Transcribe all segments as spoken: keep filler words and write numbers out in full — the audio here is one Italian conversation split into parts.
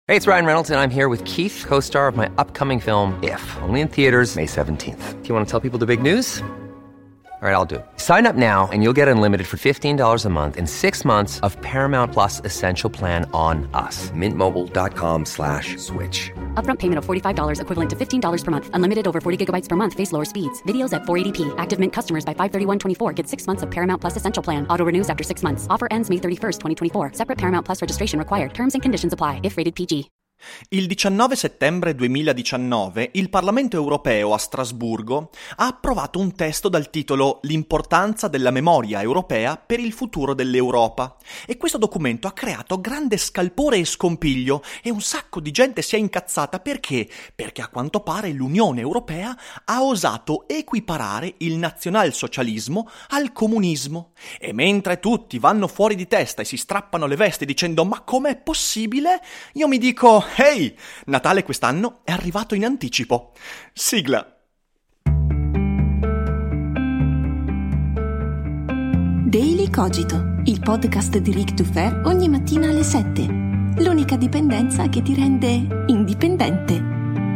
Hey, it's Ryan Reynolds, and I'm here with Keith, co-star of my upcoming film, If, only in theaters May seventeenth. Do you want to tell people the big news? All right, I'll do it. Sign up now and you'll get unlimited for fifteen dollars a month and six months of Paramount Plus Essential Plan on us. Mint Mobile dot com slash switch. Upfront payment of forty-five dollars equivalent to fifteen dollars per month. Unlimited over forty gigabytes per month. Face lower speeds. Videos at four eighty p. Active Mint customers by five thirty-one twenty-four get six months of Paramount Plus Essential Plan. Auto renews after six months. Offer ends May thirty-first, twenty twenty-four. Separate Paramount Plus registration required. Terms and conditions apply if rated P G. Il diciannove settembre duemiladiciannove il Parlamento europeo a Strasburgo ha approvato un testo dal titolo L'importanza della memoria europea per il futuro dell'Europa, e questo documento ha creato grande scalpore e scompiglio e un sacco di gente si è incazzata. Perché? Perché a quanto pare l'Unione Europea ha osato equiparare il nazionalsocialismo al comunismo, e mentre tutti vanno fuori di testa e si strappano le vesti dicendo ma com'è possibile, io mi dico ehi, Natale quest'anno è arrivato in anticipo. Sigla. Daily Cogito, il podcast di Rick Dufer ogni mattina alle sette. L'unica dipendenza che ti rende indipendente.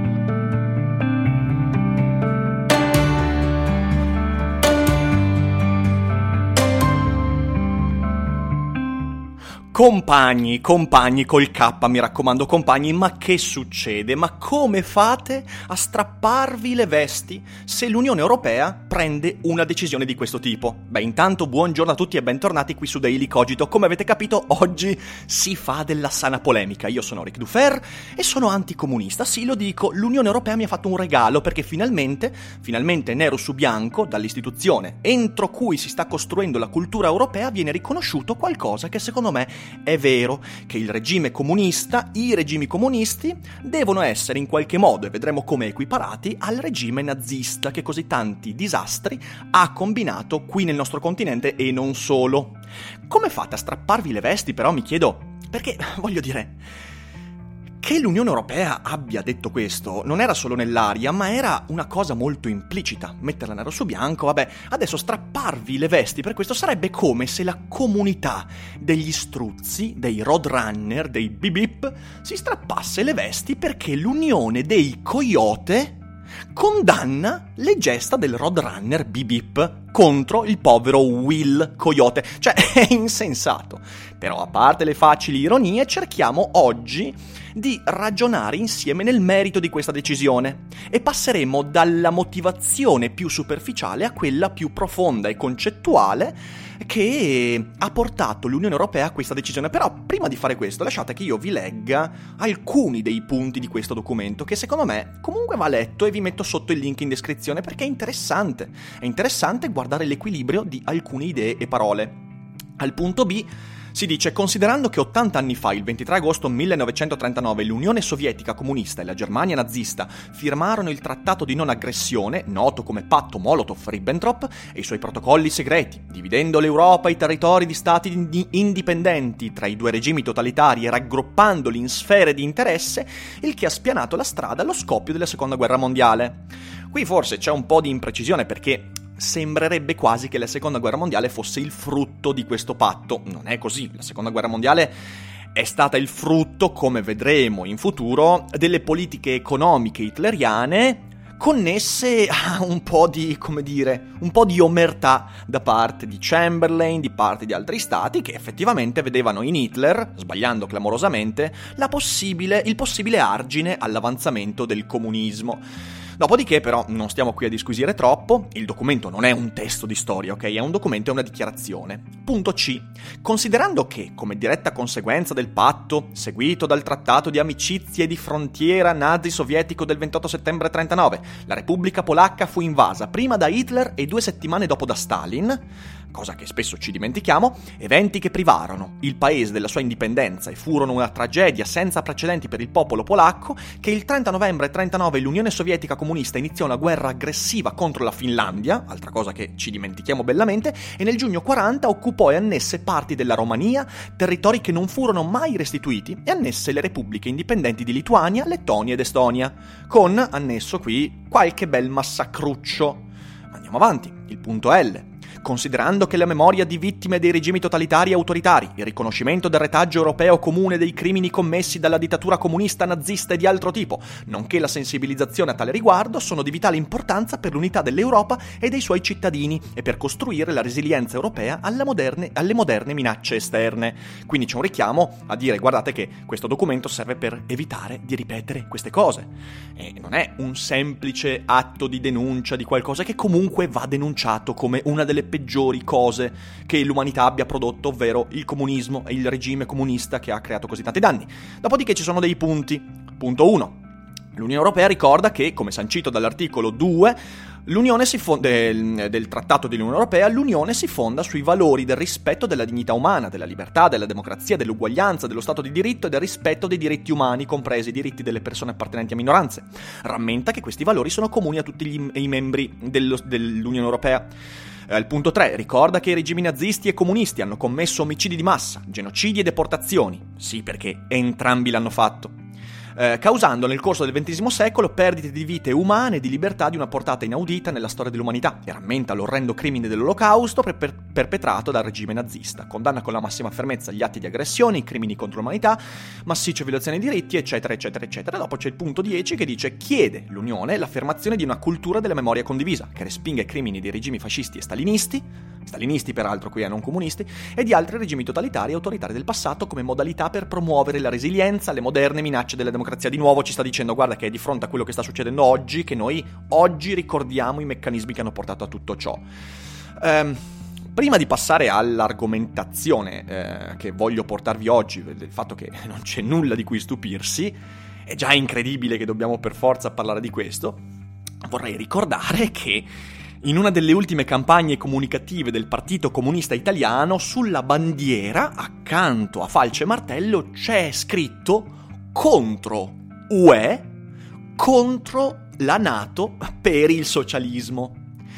Compagni, compagni col K, mi raccomando compagni, ma che succede? Ma come fate a strapparvi le vesti se l'Unione Europea prende una decisione di questo tipo? Beh, intanto buongiorno a tutti e bentornati qui su Daily Cogito. Come avete capito, oggi si fa della sana polemica. Io sono Rick Dufer e sono anticomunista. Sì, lo dico, l'Unione Europea mi ha fatto un regalo perché finalmente, finalmente nero su bianco, dall'istituzione entro cui si sta costruendo la cultura europea, viene riconosciuto qualcosa che secondo me è vero, che il regime comunista, i regimi comunisti, devono essere in qualche modo, e vedremo come equiparati, al regime nazista che così tanti disastri ha combinato qui nel nostro continente e non solo. Come fate a strapparvi le vesti, però, mi chiedo? Perché, voglio dire, che l'Unione Europea abbia detto questo non era solo nell'aria, ma era una cosa molto implicita. Metterla nero su bianco, vabbè, adesso strapparvi le vesti per questo sarebbe come se la comunità degli struzzi, dei roadrunner, dei bip-bip, si strappasse le vesti perché l'unione dei coyote condanna le gesta del roadrunner bip-bip contro il povero Will Coyote. Cioè, è insensato. Però, a parte le facili ironie, cerchiamo oggi di ragionare insieme nel merito di questa decisione e passeremo dalla motivazione più superficiale a quella più profonda e concettuale che ha portato l'Unione Europea a questa decisione. Però prima di fare questo lasciate che io vi legga alcuni dei punti di questo documento che secondo me comunque va letto, e vi metto sotto il link in descrizione perché è interessante. È interessante guardare l'equilibrio di alcune idee e parole. Al punto B si dice: considerando che ottanta anni fa, il ventitré agosto millenovecentotrentanove, l'Unione Sovietica Comunista e la Germania nazista firmarono il trattato di non aggressione, noto come patto Molotov-Ribbentrop, e i suoi protocolli segreti, dividendo l'Europa i territori di stati di indipendenti tra i due regimi totalitari e raggruppandoli in sfere di interesse, il che ha spianato la strada allo scoppio della Seconda Guerra Mondiale. Qui forse c'è un po' di imprecisione perché sembrerebbe quasi che la Seconda Guerra Mondiale fosse il frutto di questo patto. Non è così. La Seconda Guerra Mondiale è stata il frutto, come vedremo in futuro, delle politiche economiche hitleriane connesse a un po' di, come dire, un po' di omertà da parte di Chamberlain, di parte di altri stati che effettivamente vedevano in Hitler, sbagliando clamorosamente, la possibile, il possibile argine all'avanzamento del comunismo. Dopodiché, però, non stiamo qui a disquisire troppo, il documento non è un testo di storia, ok? È un documento, è una dichiarazione. Punto C. Considerando che, come diretta conseguenza del patto, seguito dal trattato di amicizia e di frontiera nazi-sovietico del ventotto settembre trentanove, la Repubblica Polacca fu invasa prima da Hitler e due settimane dopo da Stalin, cosa che spesso ci dimentichiamo, eventi che privarono il paese della sua indipendenza e furono una tragedia senza precedenti per il popolo polacco, che il trenta novembre trentanove l'Unione Sovietica Comunista iniziò una guerra aggressiva contro la Finlandia, altra cosa che ci dimentichiamo bellamente, e nel giugno quaranta occupò e annesse parti della Romania, territori che non furono mai restituiti, e annesse le repubbliche indipendenti di Lituania, Lettonia ed Estonia, con, annesso qui, qualche bel massacruccio. Andiamo avanti, il punto L. considerando che la memoria di vittime dei regimi totalitari e autoritari, il riconoscimento del retaggio europeo comune dei crimini commessi dalla dittatura comunista, nazista e di altro tipo, nonché la sensibilizzazione a tale riguardo, sono di vitale importanza per l'unità dell'Europa e dei suoi cittadini e per costruire la resilienza europea alla moderne, alle moderne minacce esterne. Quindi c'è un richiamo a dire: guardate che questo documento serve per evitare di ripetere queste cose. E non è un semplice atto di denuncia di qualcosa che comunque va denunciato come una delle peggiori cose che l'umanità abbia prodotto, ovvero il comunismo e il regime comunista che ha creato così tanti danni. Dopodiché ci sono dei punti. Punto uno. L'Unione Europea ricorda che, come sancito dall'articolo due l'Unione si fonda, del, del Trattato dell'Unione Europea, l'Unione si fonda sui valori del rispetto della dignità umana, della libertà, della democrazia, dell'uguaglianza, dello Stato di diritto e del rispetto dei diritti umani, compresi i diritti delle persone appartenenti a minoranze. Rammenta che questi valori sono comuni a tutti gli, i membri dello, dell'Unione Europea. Al punto tre, ricorda che i regimi nazisti e comunisti hanno commesso omicidi di massa, genocidi e deportazioni. Sì, perché entrambi l'hanno fatto. Eh, causando nel corso del ventesimo secolo perdite di vite umane e di libertà di una portata inaudita nella storia dell'umanità, e rammenta l'orrendo crimine dell'Olocausto per- per- perpetrato dal regime nazista. Condanna con la massima fermezza gli atti di aggressione, i crimini contro l'umanità, massicce violazioni dei diritti, eccetera, eccetera, eccetera. Dopo c'è il punto dieci che dice: chiede l'Unione l'affermazione di una cultura della memoria condivisa, che respinga i crimini dei regimi fascisti e stalinisti, stalinisti peraltro qui, eh, non comunisti, e di altri regimi totalitari e autoritari del passato come modalità per promuovere la resilienza alle moderne minacce della democrazia. Di nuovo ci sta dicendo: guarda che è di fronte a quello che sta succedendo oggi che noi oggi ricordiamo i meccanismi che hanno portato a tutto ciò. Ehm, prima di passare all'argomentazione eh, che voglio portarvi oggi, del fatto che non c'è nulla di cui stupirsi, è già incredibile che dobbiamo per forza parlare di questo, vorrei ricordare che in una delle ultime campagne comunicative del Partito Comunista Italiano, sulla bandiera, accanto a falce e martello, c'è scritto contro U E, contro la NATO, per il socialismo.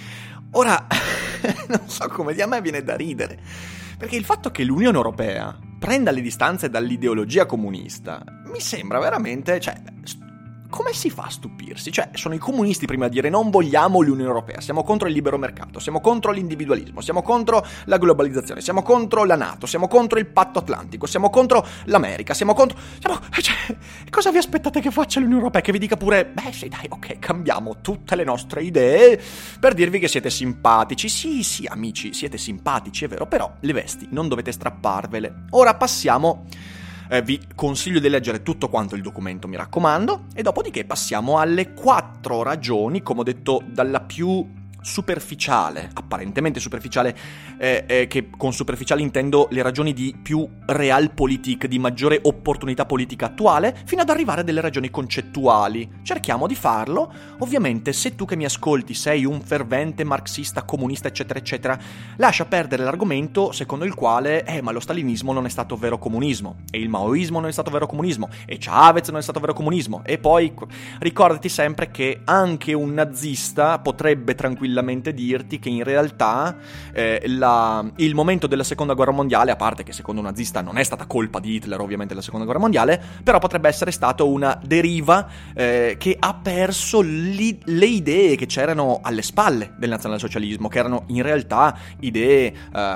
Ora, non so come dire, a me viene da ridere, perché il fatto che l'Unione Europea prenda le distanze dall'ideologia comunista mi sembra veramente, cioè, come si fa a stupirsi? Cioè, sono i comunisti prima a dire: non vogliamo l'Unione Europea, siamo contro il libero mercato, siamo contro l'individualismo, siamo contro la globalizzazione, siamo contro la NATO, siamo contro il patto atlantico, siamo contro l'America, siamo contro... Siamo... Cioè, cosa vi aspettate che faccia l'Unione Europea? Che vi dica pure: beh sì dai, ok, cambiamo tutte le nostre idee per dirvi che siete simpatici. Sì, sì amici, siete simpatici, è vero, però le vesti non dovete strapparvele. Ora passiamo... Eh, vi consiglio di leggere tutto quanto il documento, mi raccomando, e dopodiché passiamo alle quattro ragioni, come ho detto, dalla più superficiale, apparentemente superficiale, eh, eh, che con superficiale intendo le ragioni di più realpolitik, di maggiore opportunità politica attuale, fino ad arrivare a delle ragioni concettuali. Cerchiamo di farlo. Ovviamente, se tu che mi ascolti sei un fervente marxista, comunista, eccetera, eccetera, lascia perdere l'argomento secondo il quale, eh, ma lo stalinismo non è stato vero comunismo, e il maoismo non è stato vero comunismo, e Chavez non è stato vero comunismo, e poi ricordati sempre che anche un nazista potrebbe tranquillamente dirti che in realtà eh, la, il momento della seconda guerra mondiale, a parte che secondo un nazista non è stata colpa di Hitler ovviamente la seconda guerra mondiale, però potrebbe essere stata una deriva eh, che ha perso li, le idee che c'erano alle spalle del nazionalsocialismo, che erano in realtà idee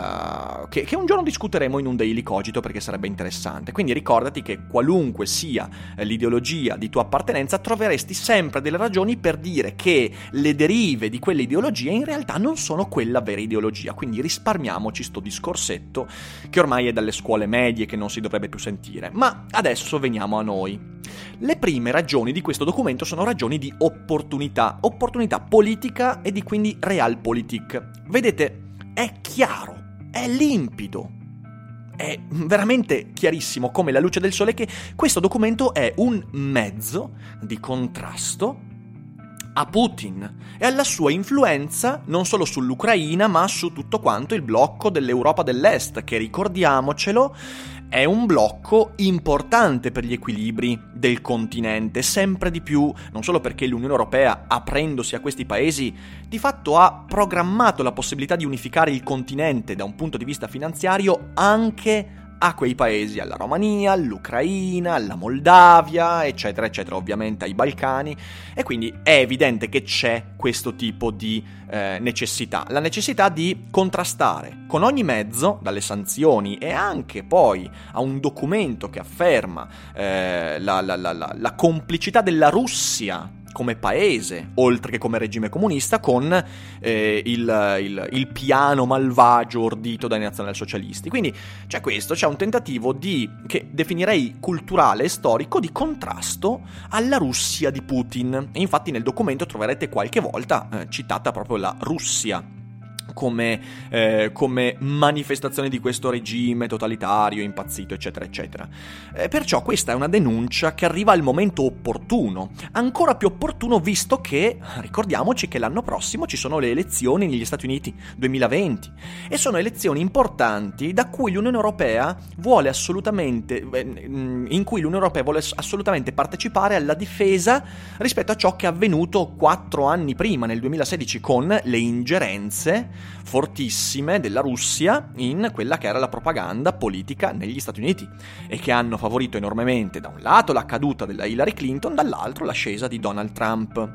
uh, che, che un giorno discuteremo in un Daily Cogito, perché sarebbe interessante. Quindi ricordati che qualunque sia eh, l'ideologia di tua appartenenza, troveresti sempre delle ragioni per dire che le derive di quelle ideologie in realtà non sono quella vera ideologia, quindi risparmiamoci sto discorsetto che ormai è dalle scuole medie, che non si dovrebbe più sentire. Ma adesso veniamo a noi. Le prime ragioni di questo documento sono ragioni di opportunità, opportunità politica e di quindi realpolitik. Vedete, è chiaro, è limpido, è veramente chiarissimo come la luce del sole che questo documento è un mezzo di contrasto a Putin e alla sua influenza non solo sull'Ucraina ma su tutto quanto il blocco dell'Europa dell'Est, che ricordiamocelo è un blocco importante per gli equilibri del continente, sempre di più, non solo perché l'Unione Europea, aprendosi a questi paesi, di fatto ha programmato la possibilità di unificare il continente da un punto di vista finanziario anche a quei paesi, alla Romania, all'Ucraina, alla Moldavia, eccetera, eccetera, ovviamente ai Balcani, e quindi è evidente che c'è questo tipo di eh, necessità, la necessità di contrastare con ogni mezzo, dalle sanzioni e anche poi a un documento che afferma eh, la, la, la, la, la complicità della Russia come paese, oltre che come regime comunista, con eh, il, il, il piano malvagio ordito dai nazionalsocialisti. Quindi c'è questo, c'è un tentativo di, che definirei culturale e storico, di contrasto alla Russia di Putin. E infatti nel documento troverete qualche volta eh, citata proprio la Russia come, eh, come manifestazione di questo regime totalitario, impazzito, eccetera, eccetera. Eh, perciò questa è una denuncia che arriva al momento opportuno, ancora più opportuno visto che, ricordiamoci che l'anno prossimo ci sono le elezioni negli Stati Uniti, duemilaventi, e sono elezioni importanti da cui l'Unione Europea vuole assolutamente, in cui l'Unione Europea vuole assolutamente partecipare alla difesa rispetto a ciò che è avvenuto quattro anni prima, nel duemilasedici, con le ingerenze fortissime della Russia in quella che era la propaganda politica negli Stati Uniti e che hanno favorito enormemente da un lato la caduta della Hillary Clinton, dall'altro l'ascesa di Donald Trump.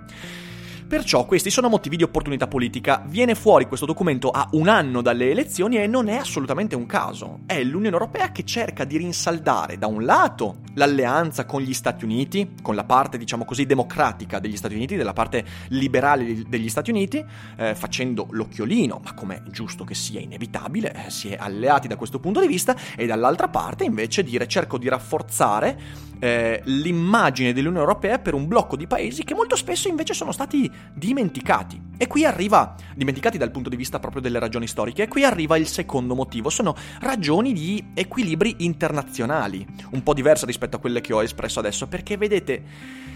Perciò questi sono motivi di opportunità politica. Viene fuori questo documento a un anno dalle elezioni e non è assolutamente un caso. È l'Unione Europea che cerca di rinsaldare da un lato l'alleanza con gli Stati Uniti, con la parte diciamo così democratica degli Stati Uniti, della parte liberale degli Stati Uniti, eh, facendo l'occhiolino, ma come è giusto che sia, inevitabile, eh, si è alleati da questo punto di vista, e dall'altra parte invece dire cerco di rafforzare eh, l'immagine dell'Unione Europea per un blocco di paesi che molto spesso invece sono stati dimenticati. E qui arriva, dimenticati dal punto di vista proprio delle ragioni storiche, e qui arriva il secondo motivo, sono ragioni di equilibri internazionali, un po' diverse rispetto a quelle che ho espresso adesso, perché vedete,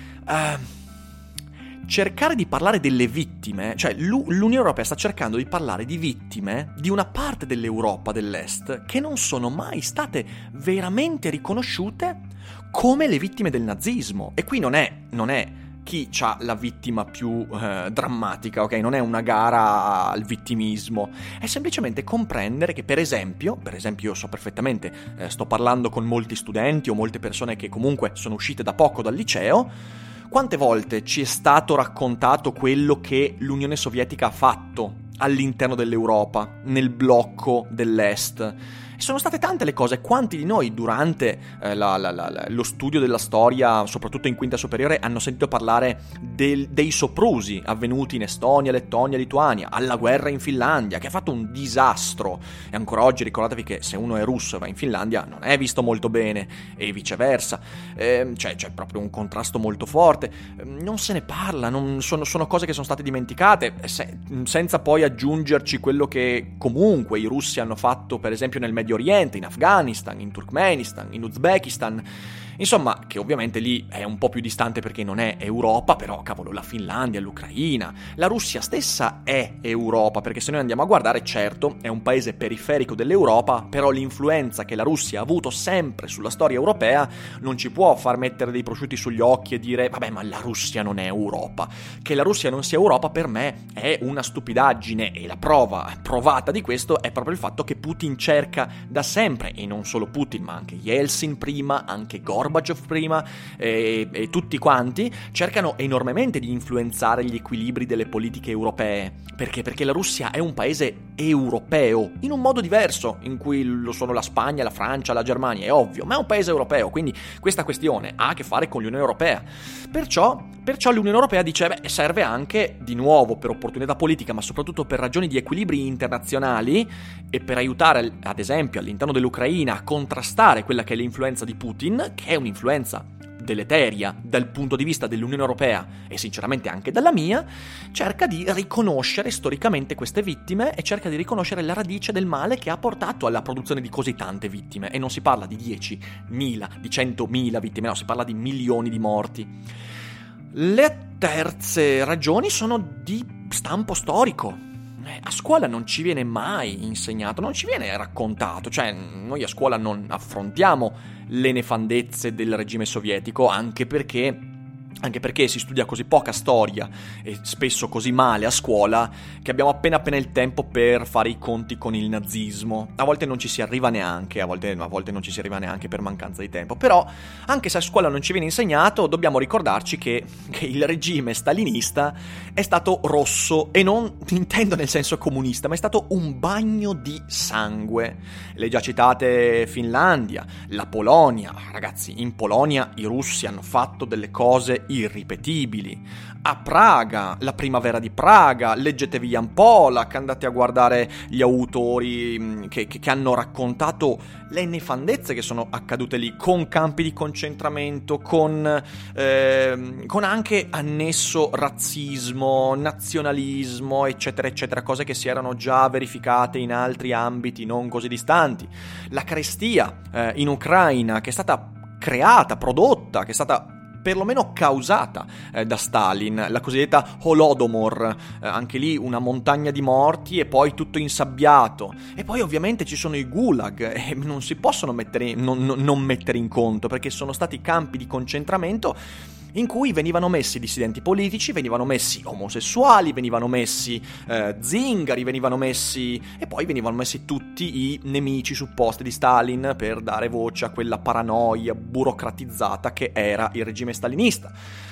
uh, cercare di parlare delle vittime, cioè l'Unione Europea sta cercando di parlare di vittime di una parte dell'Europa dell'Est che non sono mai state veramente riconosciute come le vittime del nazismo. E qui non è, non è chi ha la vittima più eh, drammatica, ok? Non è una gara al vittimismo, è semplicemente comprendere che per esempio, per esempio io so perfettamente, eh, sto parlando con molti studenti o molte persone che comunque sono uscite da poco dal liceo, quante volte ci è stato raccontato quello che l'Unione Sovietica ha fatto all'interno dell'Europa, nel blocco dell'Est? Sono state tante le cose. Quanti di noi durante eh, la, la, la, lo studio della storia, soprattutto in quinta superiore, hanno sentito parlare del, dei soprusi avvenuti in Estonia, Lettonia, Lituania, alla guerra in Finlandia, che ha fatto un disastro, e ancora oggi ricordatevi che se uno è russo e va in Finlandia non è visto molto bene, e viceversa, eh, cioè c'è proprio un contrasto molto forte, non se ne parla, non, sono, sono cose che sono state dimenticate, se, senza poi aggiungerci quello che comunque i russi hanno fatto per esempio nel Medio Oriente, in Afghanistan, in Turkmenistan, in Uzbekistan, insomma, che ovviamente lì è un po' più distante perché non è Europa, però cavolo, la Finlandia, l'Ucraina, la Russia stessa è Europa, perché se noi andiamo a guardare, certo, è un paese periferico dell'Europa, però l'influenza che la Russia ha avuto sempre sulla storia europea non ci può far mettere dei prosciutti sugli occhi e dire vabbè, ma la Russia non è Europa. Che la Russia non sia Europa per me è una stupidaggine, e la prova provata di questo è proprio il fatto che Putin cerca da sempre, e non solo Putin ma anche Yeltsin prima, anche Gorbaciov prima, e, e tutti quanti cercano enormemente di influenzare gli equilibri delle politiche europee. Perché? Perché la Russia è un paese europeo, in un modo diverso in cui lo sono la Spagna, la Francia, la Germania, è ovvio, ma è un paese europeo, quindi questa questione ha a che fare con l'Unione Europea. Perciò, perciò l'Unione Europea dice, beh, serve anche, di nuovo, per opportunità politica, ma soprattutto per ragioni di equilibri internazionali e per aiutare, ad esempio, all'interno dell'Ucraina a contrastare quella che è l'influenza di Putin, che è un'influenza deleteria dal punto di vista dell'Unione Europea e sinceramente anche dalla mia, cerca di riconoscere storicamente queste vittime e cerca di riconoscere la radice del male che ha portato alla produzione di così tante vittime. E non si parla di diecimila, di centomila vittime, no, si parla di milioni di morti. Le terze ragioni sono di stampo storico. A scuola non ci viene mai insegnato, non ci viene raccontato, cioè noi a scuola non affrontiamo le nefandezze del regime sovietico, anche perché Anche perché si studia così poca storia e spesso così male a scuola che abbiamo appena appena il tempo per fare i conti con il nazismo. A volte non ci si arriva neanche, a volte, a volte non ci si arriva neanche per mancanza di tempo. Però, anche se a scuola non ci viene insegnato, dobbiamo ricordarci che, che il regime stalinista è stato rosso, e non intendo nel senso comunista, ma è stato un bagno di sangue. Le già citate Finlandia, la Polonia. Ragazzi, in Polonia i russi hanno fatto delle cose irripetibili. A Praga, la primavera di Praga, leggetevi Jan Polak, andate a guardare gli autori che, che, che hanno raccontato le nefandezze che sono accadute lì, con campi di concentramento, con, eh, con anche annesso razzismo, nazionalismo, eccetera eccetera, cose che si erano già verificate in altri ambiti non così distanti. La carestia eh, in Ucraina, che è stata creata, prodotta, che è stata perlomeno causata eh, da Stalin, la cosiddetta Holodomor, eh, anche lì una montagna di morti e poi tutto insabbiato. E poi ovviamente ci sono i gulag, e non si possono mettere in, non, non mettere in conto, perché sono stati campi di concentramento in cui venivano messi dissidenti politici, venivano messi omosessuali, venivano messi eh, zingari, venivano messi... e poi venivano messi tutti i nemici supposti di Stalin per dare voce a quella paranoia burocratizzata che era il regime stalinista.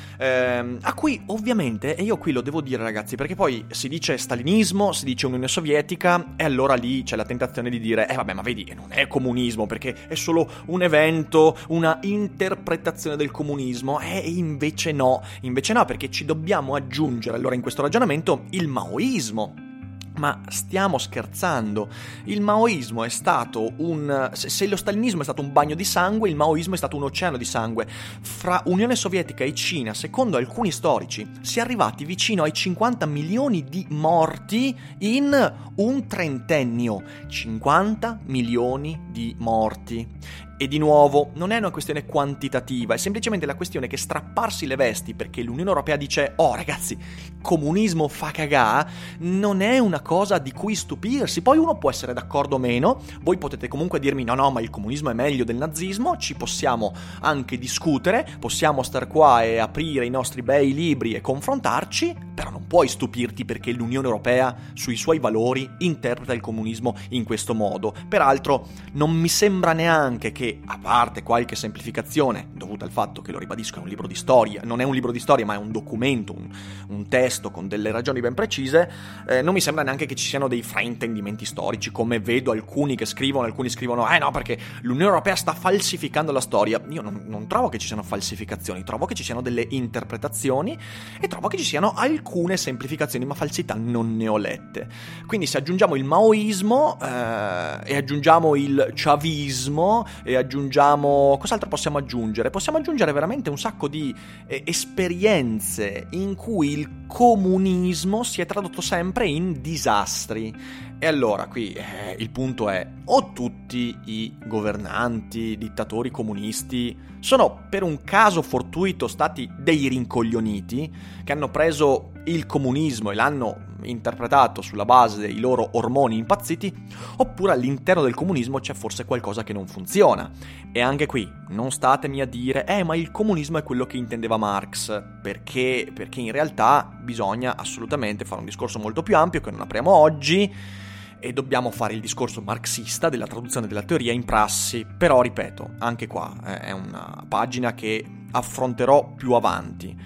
Eh, a cui ovviamente, e io qui lo devo dire ragazzi, perché poi si dice stalinismo, si dice Unione Sovietica, e allora lì c'è la tentazione di dire eh vabbè, ma vedi, non è comunismo perché è solo un evento, una interpretazione del comunismo. E invece no, invece no, perché ci dobbiamo aggiungere allora in questo ragionamento il maoismo. Ma stiamo scherzando? Il maoismo è stato un... Se lo stalinismo è stato un bagno di sangue, il maoismo è stato un oceano di sangue. Fra Unione Sovietica e Cina, secondo alcuni storici, si è arrivati vicino ai cinquanta milioni di morti in un trentennio. cinquanta milioni di morti. E di nuovo, non è una questione quantitativa, è semplicemente la questione che strapparsi le vesti perché l'Unione Europea dice «Oh ragazzi, comunismo fa cagà», non è una cosa di cui stupirsi. Poi uno può essere d'accordo o meno, voi potete comunque dirmi «No, no, ma il comunismo è meglio del nazismo», ci possiamo anche discutere, possiamo star qua e aprire i nostri bei libri e confrontarci, però non puoi stupirti perché l'Unione Europea sui suoi valori interpreta il comunismo in questo modo. Peraltro non mi sembra neanche che, a parte qualche semplificazione dovuta al fatto che, lo ribadisco, è un libro di storia, non è un libro di storia ma è un documento, un, un testo con delle ragioni ben precise, eh, non mi sembra neanche che ci siano dei fraintendimenti storici, come vedo alcuni che scrivono, alcuni scrivono eh no perché l'Unione Europea sta falsificando la storia. Io non, non trovo che ci siano falsificazioni, trovo che ci siano delle interpretazioni e trovo che ci siano alcune semplificazioni, ma falsità non ne ho lette. Quindi se aggiungiamo il maoismo eh, e aggiungiamo il chavismo e aggiungiamo... cos'altro possiamo aggiungere? Possiamo aggiungere veramente un sacco di eh, esperienze in cui il comunismo si è tradotto sempre in disastri. E allora qui eh, il punto è: o tutti i governanti, dittatori comunisti sono per un caso fortuito stati dei rincoglioniti che hanno preso il comunismo e l'hanno interpretato sulla base dei loro ormoni impazziti, oppure all'interno del comunismo c'è forse qualcosa che non funziona. E anche qui non statemi a dire eh ma il comunismo è quello che intendeva Marx, perché, perché in realtà bisogna assolutamente fare un discorso molto più ampio che non apriamo oggi, e dobbiamo fare il discorso marxista della traduzione della teoria in prassi. Però ripeto, anche qua eh, è una pagina che affronterò più avanti.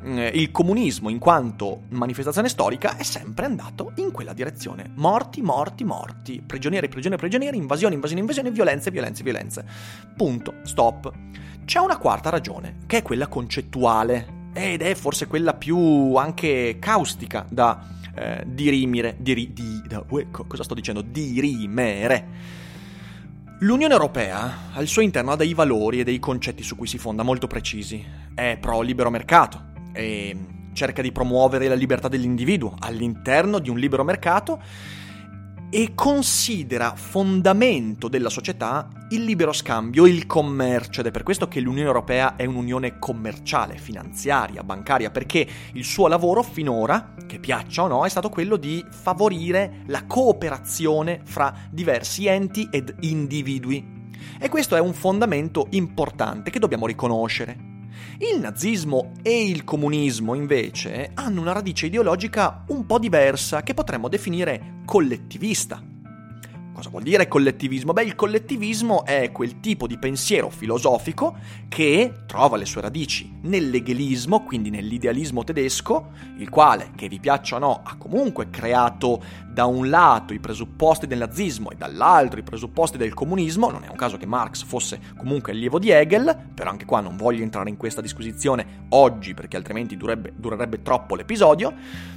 Il comunismo, in quanto manifestazione storica, è sempre andato in quella direzione. Morti, morti, morti, prigionieri, prigionieri, prigionieri, invasioni, invasioni, invasioni, violenze, violenze, violenze. Punto, stop. C'è una quarta ragione, che è quella concettuale, ed è forse quella più anche caustica da eh, dirimere, diri, di, da, uè, cosa sto dicendo? Dirimere. L'Unione Europea al suo interno ha dei valori e dei concetti su cui si fonda molto precisi. È pro libero mercato e cerca di promuovere la libertà dell'individuo all'interno di un libero mercato e considera fondamento della società il libero scambio, il commercio, ed è per questo che l'Unione Europea è un'unione commerciale, finanziaria, bancaria, perché il suo lavoro finora, che piaccia o no, è stato quello di favorire la cooperazione fra diversi enti ed individui. E questo è un fondamento importante che dobbiamo riconoscere. Il nazismo e il comunismo, invece, hanno una radice ideologica un po' diversa, che potremmo definire collettivista. Cosa vuol dire collettivismo? Beh, il collettivismo è quel tipo di pensiero filosofico che trova le sue radici nell'hegelismo, quindi nell'idealismo tedesco, il quale, che vi piaccia o no, ha comunque creato da un lato i presupposti del nazismo e dall'altro i presupposti del comunismo. Non è un caso che Marx fosse comunque allievo di Hegel, però anche qua non voglio entrare in questa disquisizione oggi perché altrimenti durerebbe, durerebbe troppo l'episodio,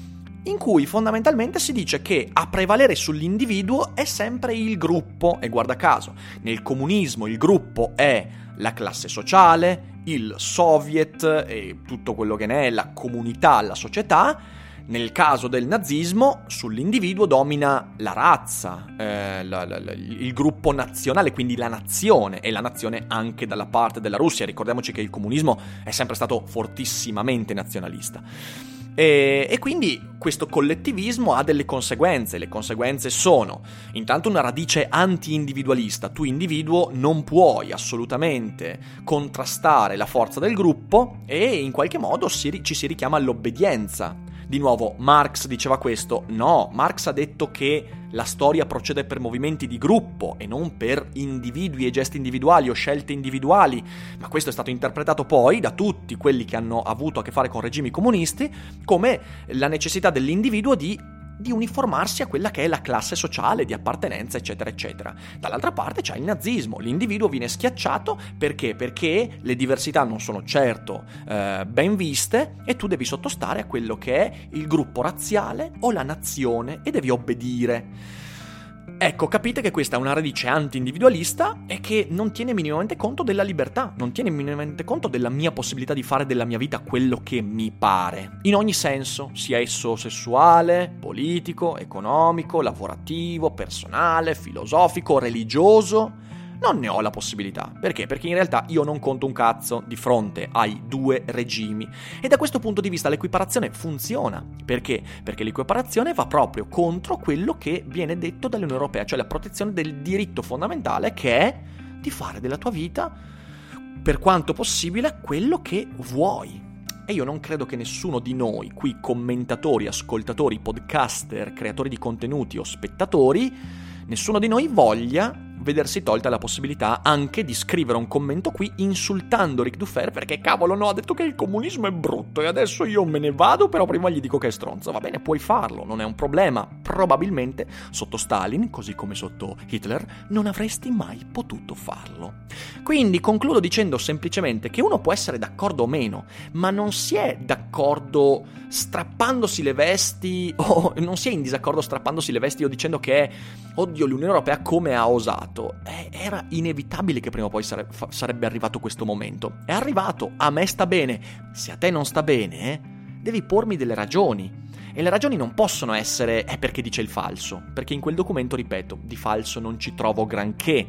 in cui fondamentalmente si dice che a prevalere sull'individuo è sempre il gruppo, e guarda caso, nel comunismo il gruppo è la classe sociale, il soviet e tutto quello che ne è, la comunità, la società. Nel caso del nazismo sull'individuo domina la razza, eh, la, la, la, il gruppo nazionale, quindi la nazione, e la nazione anche dalla parte della Russia. Ricordiamoci che il comunismo è sempre stato fortissimamente nazionalista. E, e quindi questo collettivismo ha delle conseguenze. Le conseguenze sono intanto una radice anti-individualista. Tu individuo non puoi assolutamente contrastare la forza del gruppo e in qualche modo si, ci si richiama all'obbedienza. Di nuovo, Marx diceva questo? No, Marx ha detto che la storia procede per movimenti di gruppo e non per individui e gesti individuali o scelte individuali, ma questo è stato interpretato poi da tutti quelli che hanno avuto a che fare con regimi comunisti come la necessità dell'individuo di di uniformarsi a quella che è la classe sociale, di appartenenza, eccetera, eccetera. Dall'altra parte c'è il nazismo. L'individuo viene schiacciato perché? Perché le diversità non sono certo eh, ben viste e tu devi sottostare a quello che è il gruppo razziale o la nazione e devi obbedire. Ecco, capite che questa è una radice anti-individualista e che non tiene minimamente conto della libertà, non tiene minimamente conto della mia possibilità di fare della mia vita quello che mi pare, in ogni senso, sia esso sessuale, politico, economico, lavorativo, personale, filosofico, religioso. Non ne ho la possibilità. Perché? Perché in realtà io non conto un cazzo di fronte ai due regimi. E da questo punto di vista l'equiparazione funziona. Perché? Perché l'equiparazione va proprio contro quello che viene detto dall'Unione Europea, cioè la protezione del diritto fondamentale, che è di fare della tua vita, per quanto possibile, quello che vuoi. E io non credo che nessuno di noi, qui commentatori, ascoltatori, podcaster, creatori di contenuti o spettatori, nessuno di noi voglia vedersi tolta la possibilità anche di scrivere un commento qui insultando Ric Dufer perché cavolo no, ha detto che il comunismo è brutto e adesso io me ne vado, però prima gli dico che è stronzo. Va bene, puoi farlo, non è un problema. Probabilmente sotto Stalin, così come sotto Hitler, non avresti mai potuto farlo. Quindi concludo dicendo semplicemente che uno può essere d'accordo o meno, ma non si è d'accordo strappandosi le vesti o non si è in disaccordo strappandosi le vesti o dicendo che oddio l'Unione Europea come ha osato. Eh, era inevitabile che prima o poi sare- fa- sarebbe arrivato questo momento. È arrivato, a me sta bene. Se a te non sta bene, eh, devi pormi delle ragioni. E le ragioni non possono essere è perché dice il falso, perché in quel documento, ripeto, di falso non ci trovo granché.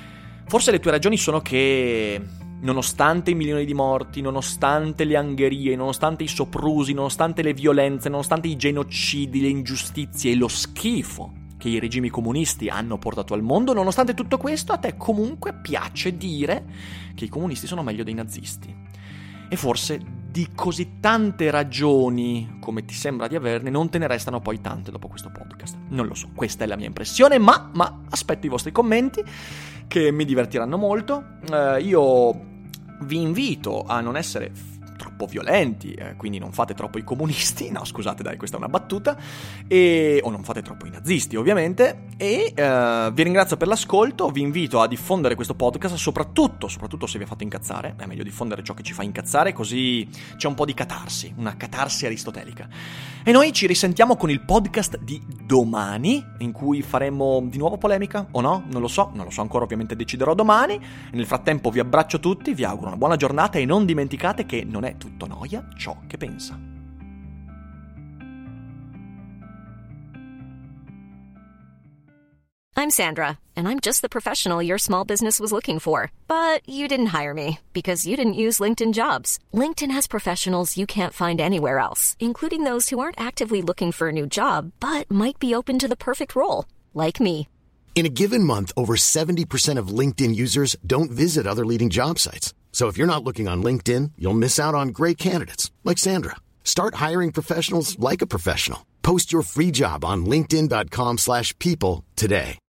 Forse le tue ragioni sono che nonostante i milioni di morti, nonostante le angherie, nonostante i soprusi, nonostante le violenze, nonostante i genocidi, le ingiustizie e lo schifo che i regimi comunisti hanno portato al mondo, nonostante tutto questo, a te comunque piace dire che i comunisti sono meglio dei nazisti. E forse di così tante ragioni come ti sembra di averne non te ne restano poi tante dopo questo podcast. Non lo so, questa è la mia impressione, ma, ma aspetto i vostri commenti che mi divertiranno molto. Eh, io vi invito a non essere troppo violenti, eh, quindi non fate troppo i comunisti, no scusate dai, questa è una battuta, e, o non fate troppo i nazisti ovviamente, e eh, vi ringrazio per l'ascolto, vi invito a diffondere questo podcast, soprattutto, soprattutto se vi ha fatto incazzare, è meglio diffondere ciò che ci fa incazzare, così c'è un po' di catarsi, una catarsi aristotelica. E noi ci risentiamo con il podcast di domani, in cui faremo di nuovo polemica, o no? Non lo so, non lo so ancora, ovviamente deciderò domani. Nel frattempo vi abbraccio tutti, vi auguro una buona giornata e non dimenticate che non è tutto noia ciò che pensa. I'm Sandra, and I'm just the professional your small business was looking for. But you didn't hire me because you didn't use LinkedIn Jobs. LinkedIn has professionals you can't find anywhere else, including those who aren't actively looking for a new job, but might be open to the perfect role, like me. In a given month, over seventy percent of LinkedIn users don't visit other leading job sites. So if you're not looking on LinkedIn, you'll miss out on great candidates like Sandra. Start hiring professionals like a professional. Post your free job on linkedin dot com slash people today.